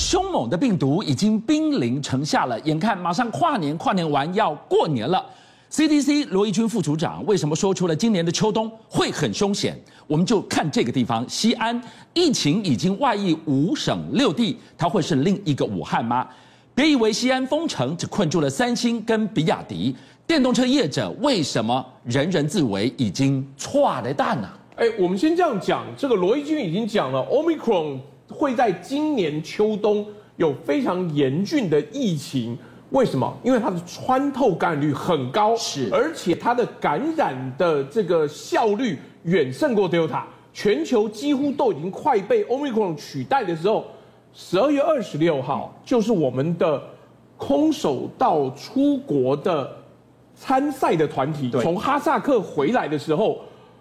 凶猛的病毒已经兵临城下了，眼看马上跨年，跨年完要过年了。CDC 罗怡君副组长为什么说出了今年的秋冬会很凶险？我们就看这个地方，西安疫情已经外溢5省6地，它会是另一个武汉吗？别以为西安封城只困住了三星跟比亚迪，电动车业者为什么人人自危已经错了蛋啊？ 我们先这样讲，这个罗怡君已经讲了 ，Omicron 会在今年秋冬有非常严峻的疫情。为什么？因为它的穿透感染率很高， 是， 而且它的感染的这个效率远胜过 Delta， 全球几乎都已经快被 Omicron 取代的时候，12月26号就是我们的空手道出国的参赛的团体从哈萨克回来的时候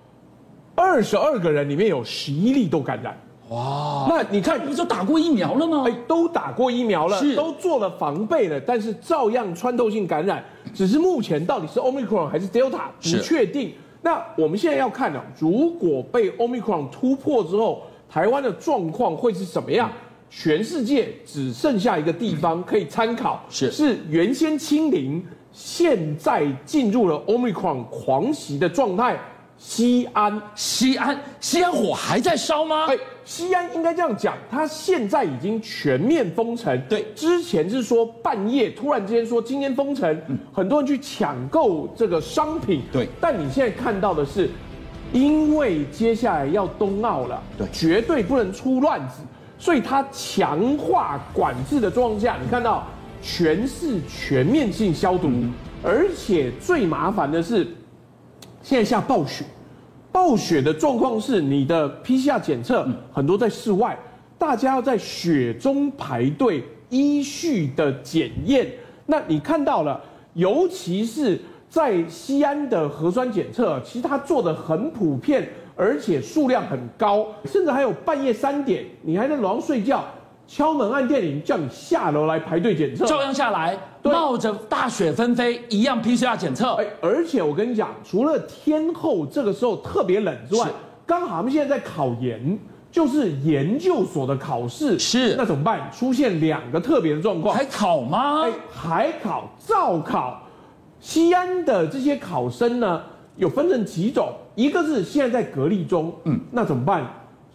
，22个人里面有11例都感染。 哇！ 那你看， 不就打过疫苗了吗？ 都打过疫苗了，都做了防备了，但是照样穿透性感染。只是目前到底是 Omicron 还是 Delta 不确定。那我们现在要看了，如果被 Omicron 突破之后，台湾的状况会是什么样？全世界只剩下一个地方可以参考，是原先清零，现在进入了 Omicron 狂袭的状态。西安火还在烧吗？西安应该这样讲，它现在已经全面封城。对，之前是说半夜突然之间说今天封城，很多人去抢购这个商品。对，但你现在看到的是，因为接下来要冬奥了，对，绝对不能出乱子，所以它强化管制的状况下，你看到全市全面性消毒，而且最麻烦的是。现在下暴雪，暴雪的状况是你的 PCR 检测很多在室外，大家要在雪中排队依序的检验。那你看到了，尤其是在西安的核酸检测，其实它做的很普遍，而且数量很高，甚至还有半夜3点，你还在楼上睡觉，敲门按电铃叫你下楼来排队检测， 照样下来。冒着大雪纷飞，一样 PCR 检测。 而且我跟你讲，除了天后这个时候特别冷之外，刚好他们现在在考研，就是研究所的考试。是，那怎么办？出现2个特别的状况。还考吗？ 还考，照考。西安的这些考生呢，有分成几种，一个是现在在隔离中，那怎么办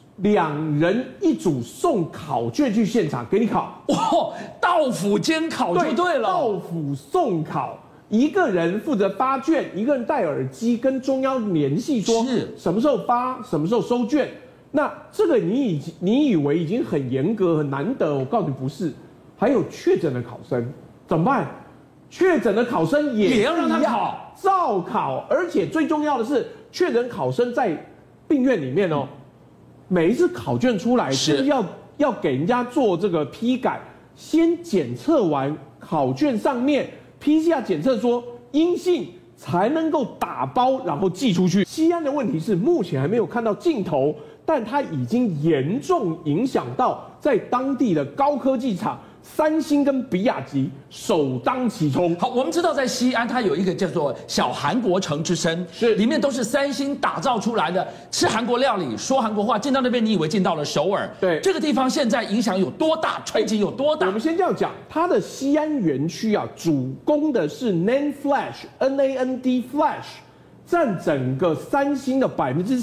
？2人1组送考卷去现场给你考， 到府监考就对了。 到府送考，一个人负责发卷，一个人戴耳机跟中央联系，说什么时候发，什么时候收卷。那这个你以为已经很严格很难得，我告诉你不是，还有确诊的考生怎么办？确诊的考生也要让他考， 照考，而且最重要的是，确诊考生在病院里面每一次考卷出来是要给人家做这个批改，先检测完考卷上面 PCR 检测说阴性，才能够打包然后寄出去。西安的问题是目前还没有看到尽头，但它已经严重影响到在当地的高科技厂。三星跟比亚迪首当其冲。 好，我们知道在西安，它有一个叫做“小韩国城”之称，里面都是三星打造出来的，吃韩国料理，说韩国话。进到那边，你以为进到了首尔？对，这个地方现在影响有多大，冲击有多大？ 我们先这样讲，它的西安园区主攻的是 NAND Flash，NAND Flash， 占整个三星的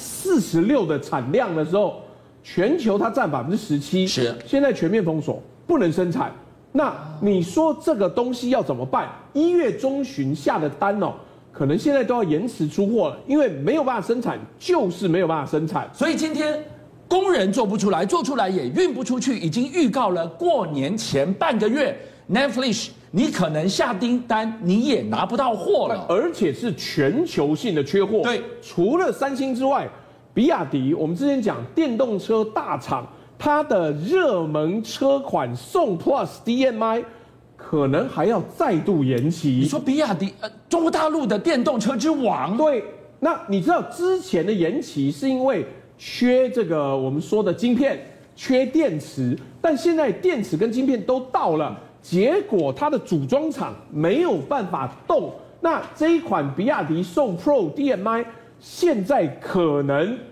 46%的产量的时候，全球它占17%，是现在全面封锁。不能生产，那你说这个东西要怎么办？1月中旬下的单可能现在都要延迟出货了，因为没有办法生产，就是没有办法生产。 所以今天工人做不出来，做出来也运不出去，已经预告了过年前半个月 Netflix 你可能下订单你也拿不到货了， 而且是全球性的缺货。对，除了三星之外，比亚迪我们之前讲电动车大厂。它的热门车款宋 Plus DM-i 可能还要再度延期。 你说比亚迪，中国大陆的电动车之王？ 对，那你知道之前的延期是因为缺这个我们说的晶片，缺电池，但现在电池跟晶片都到了，结果它的组装厂没有办法动。那这一款比亚迪宋 Pro DM-i 现在可能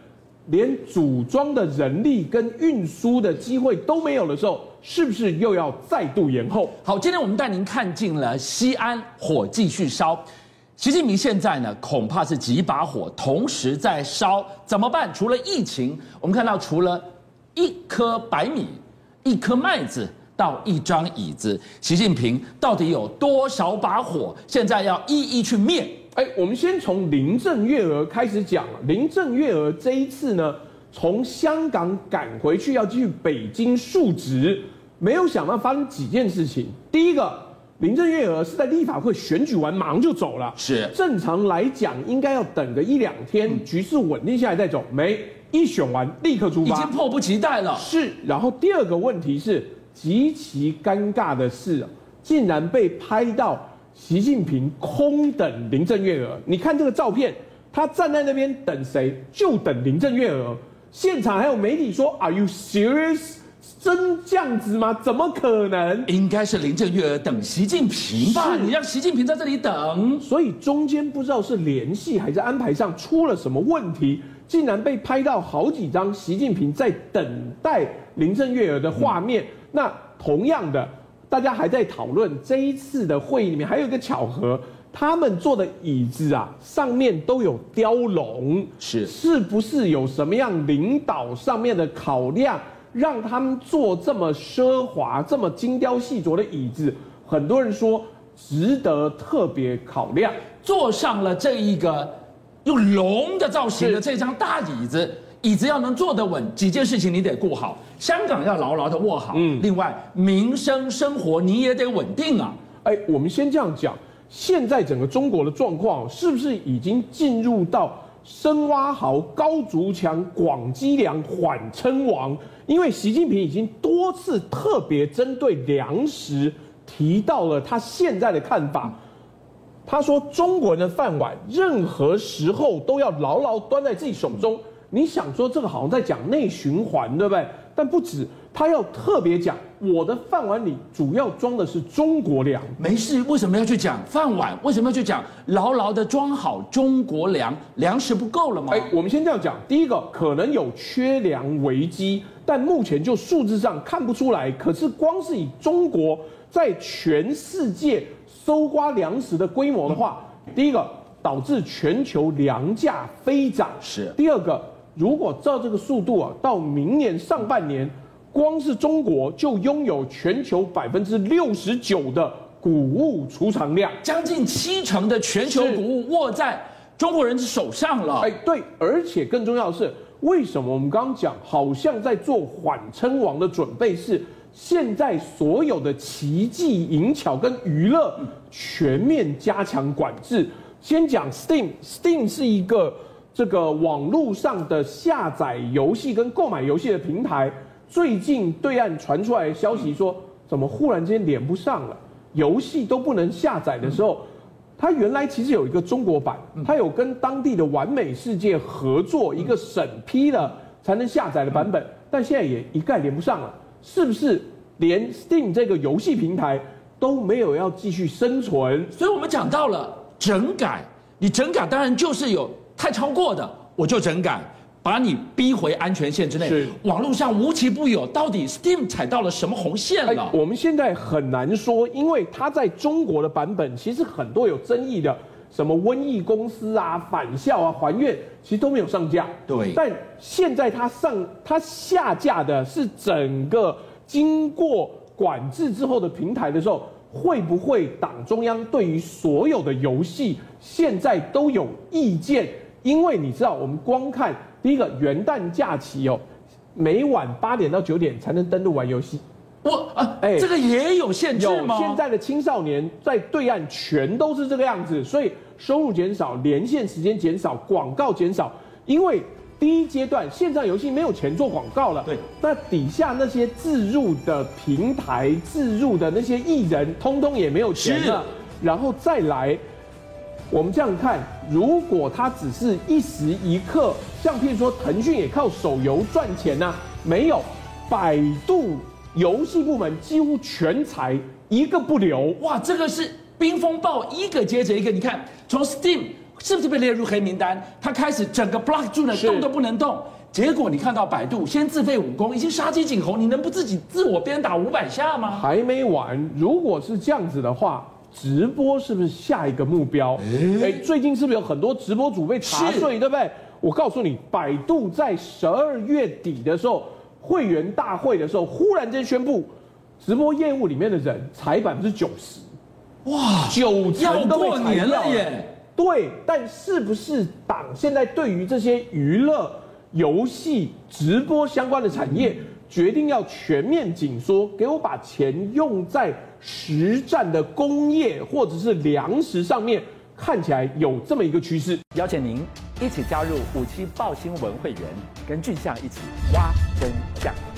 连组装的人力跟运输的机会都没有的时候，是不是又要再度延后？ 好，今天我们带您看尽了西安火继续烧，习近平现在呢恐怕是几把火同时在烧，怎么办？除了疫情，我们看到除了1颗白米、1颗麦子到1张椅子，习近平到底有多少把火？现在要一一去灭。 我们先从林郑月娥开始讲。林郑月娥这一次呢，从香港赶回去要继续北京述职，没有想到发生几件事情。第一个，林郑月娥是在立法会选举完马上就走了， 是正常来讲应该要等个1、2天，局势稳定下来再走，没，一选完立刻出发， 已经迫不及待了。 是，然后第二个问题是极其尴尬的是，竟然被拍到习近平空等林郑月娥。你看这个照片，他站在那边等谁？就等林郑月娥。现场还有媒体说 ：“Are you serious？ 真这样子吗？怎么可能？” 应该是林郑月娥等习近平吧？你让习近平在这里等， 所以中间不知道是联系还是安排上出了什么问题，竟然被拍到好几张习近平在等待林郑月娥的画面。那同样的，大家还在讨论这一次的会议里面还有一个巧合，他们坐的椅子啊上面都有雕龙，是不是有什么样领导上面的考量，让他们坐这么奢华、这么精雕细琢的椅子？很多人说值得特别考量。 坐上了这一个用龙的造型的这张大椅子。椅子要能坐得稳，几件事情你得顾好。香港要牢牢的握好，另外民生生活你也得稳定啊。 我们先这样讲，现在整个中国的状况是不是已经进入到深挖壕、高筑墙、广积粮、缓称王？因为习近平已经多次特别针对粮食提到了他现在的看法。他说，中国人的饭碗任何时候都要牢牢端在自己手中。你想说这个好像在讲内循环，对不对？但不止，他要特别讲，我的饭碗里主要装的是中国粮。 没事，为什么要去讲饭碗？为什么要去讲牢牢的装好中国粮？粮食不够了吗？ 我们先这样讲，第一个可能有缺粮危机，但目前就数字上看不出来。可是光是以中国在全世界搜刮粮食的规模的话，第一个导致全球粮价飞涨， 是第二个。如果照这个速度啊，到明年上半年，光是中国就拥有全球69%的谷物储藏量， 将近70%的全球谷物握在中国人手上了。 对，而且更重要的是，为什么我们刚刚讲，好像在做缓称王的准备是，现在所有的奇技淫巧跟娱乐全面加强管制。先讲 Steam 是一个。这个网络上的下载游戏跟购买游戏的平台，最近对岸传出来的消息说，怎么忽然间连不上了，游戏都不能下载的时候，它原来其实有一个中国版，它有跟当地的完美世界合作一个审批了才能下载的版本，但现在也一概连不上了，是不是连 Steam 这个游戏平台都没有要继续生存？ 所以我们讲到了整改，你整改当然就是有。太超过的，我就整改，把你逼回安全线之内。网络上无奇不有，到底 Steam 踩到了什么红线了？ 我们现在很难说，因为它在中国的版本其实很多有争议的，什么瘟疫公司啊、返校啊、还愿，其实都没有上架。 对， 但现在它下架的是整个经过管制之后的平台的时候。会不会党中央对于所有的游戏现在都有意见？因为你知道，我们光看第一个元旦假期每晚8点到9点才能登录玩游戏。 这个也有限制吗？ 现在的青少年在对岸全都是这个样子，所以收入减少，连线时间减少，广告减少，因为。第一阶段线上游戏没有钱做广告了， 对， 那底下那些自入的平台、自入的那些艺人，通通也没有钱了。然后再来，我们这样看，如果他只是一时一刻，像譬如说腾讯也靠手游赚钱啊，没有，百度游戏部门几乎全裁，一个不留。 哇，这个是冰风暴，一个接着一个。你看，从 Steam。是不是被列入黑名单？他开始整个 block 住了，动都不能动。 结果你看到百度先自废武功，已经杀鸡儆猴，你能不自己自我鞭打500下吗？ 还没完，如果是这样子的话，直播是不是下一个目标？最近是不是有很多直播主被查税，对不对？我告诉你，百度在12月底的时候，会员大会的时候，忽然间宣布，直播业务里面的人裁90%，哇，90%都被裁掉了耶！对，但是不是党现在对于这些娱乐、游戏、直播相关的产业，决定要全面紧缩，给我把钱用在实战的工业或者是粮食上面，看起来有这么一个趋势。 邀请您一起加入57爆新闻会员，跟俊相一起挖真相。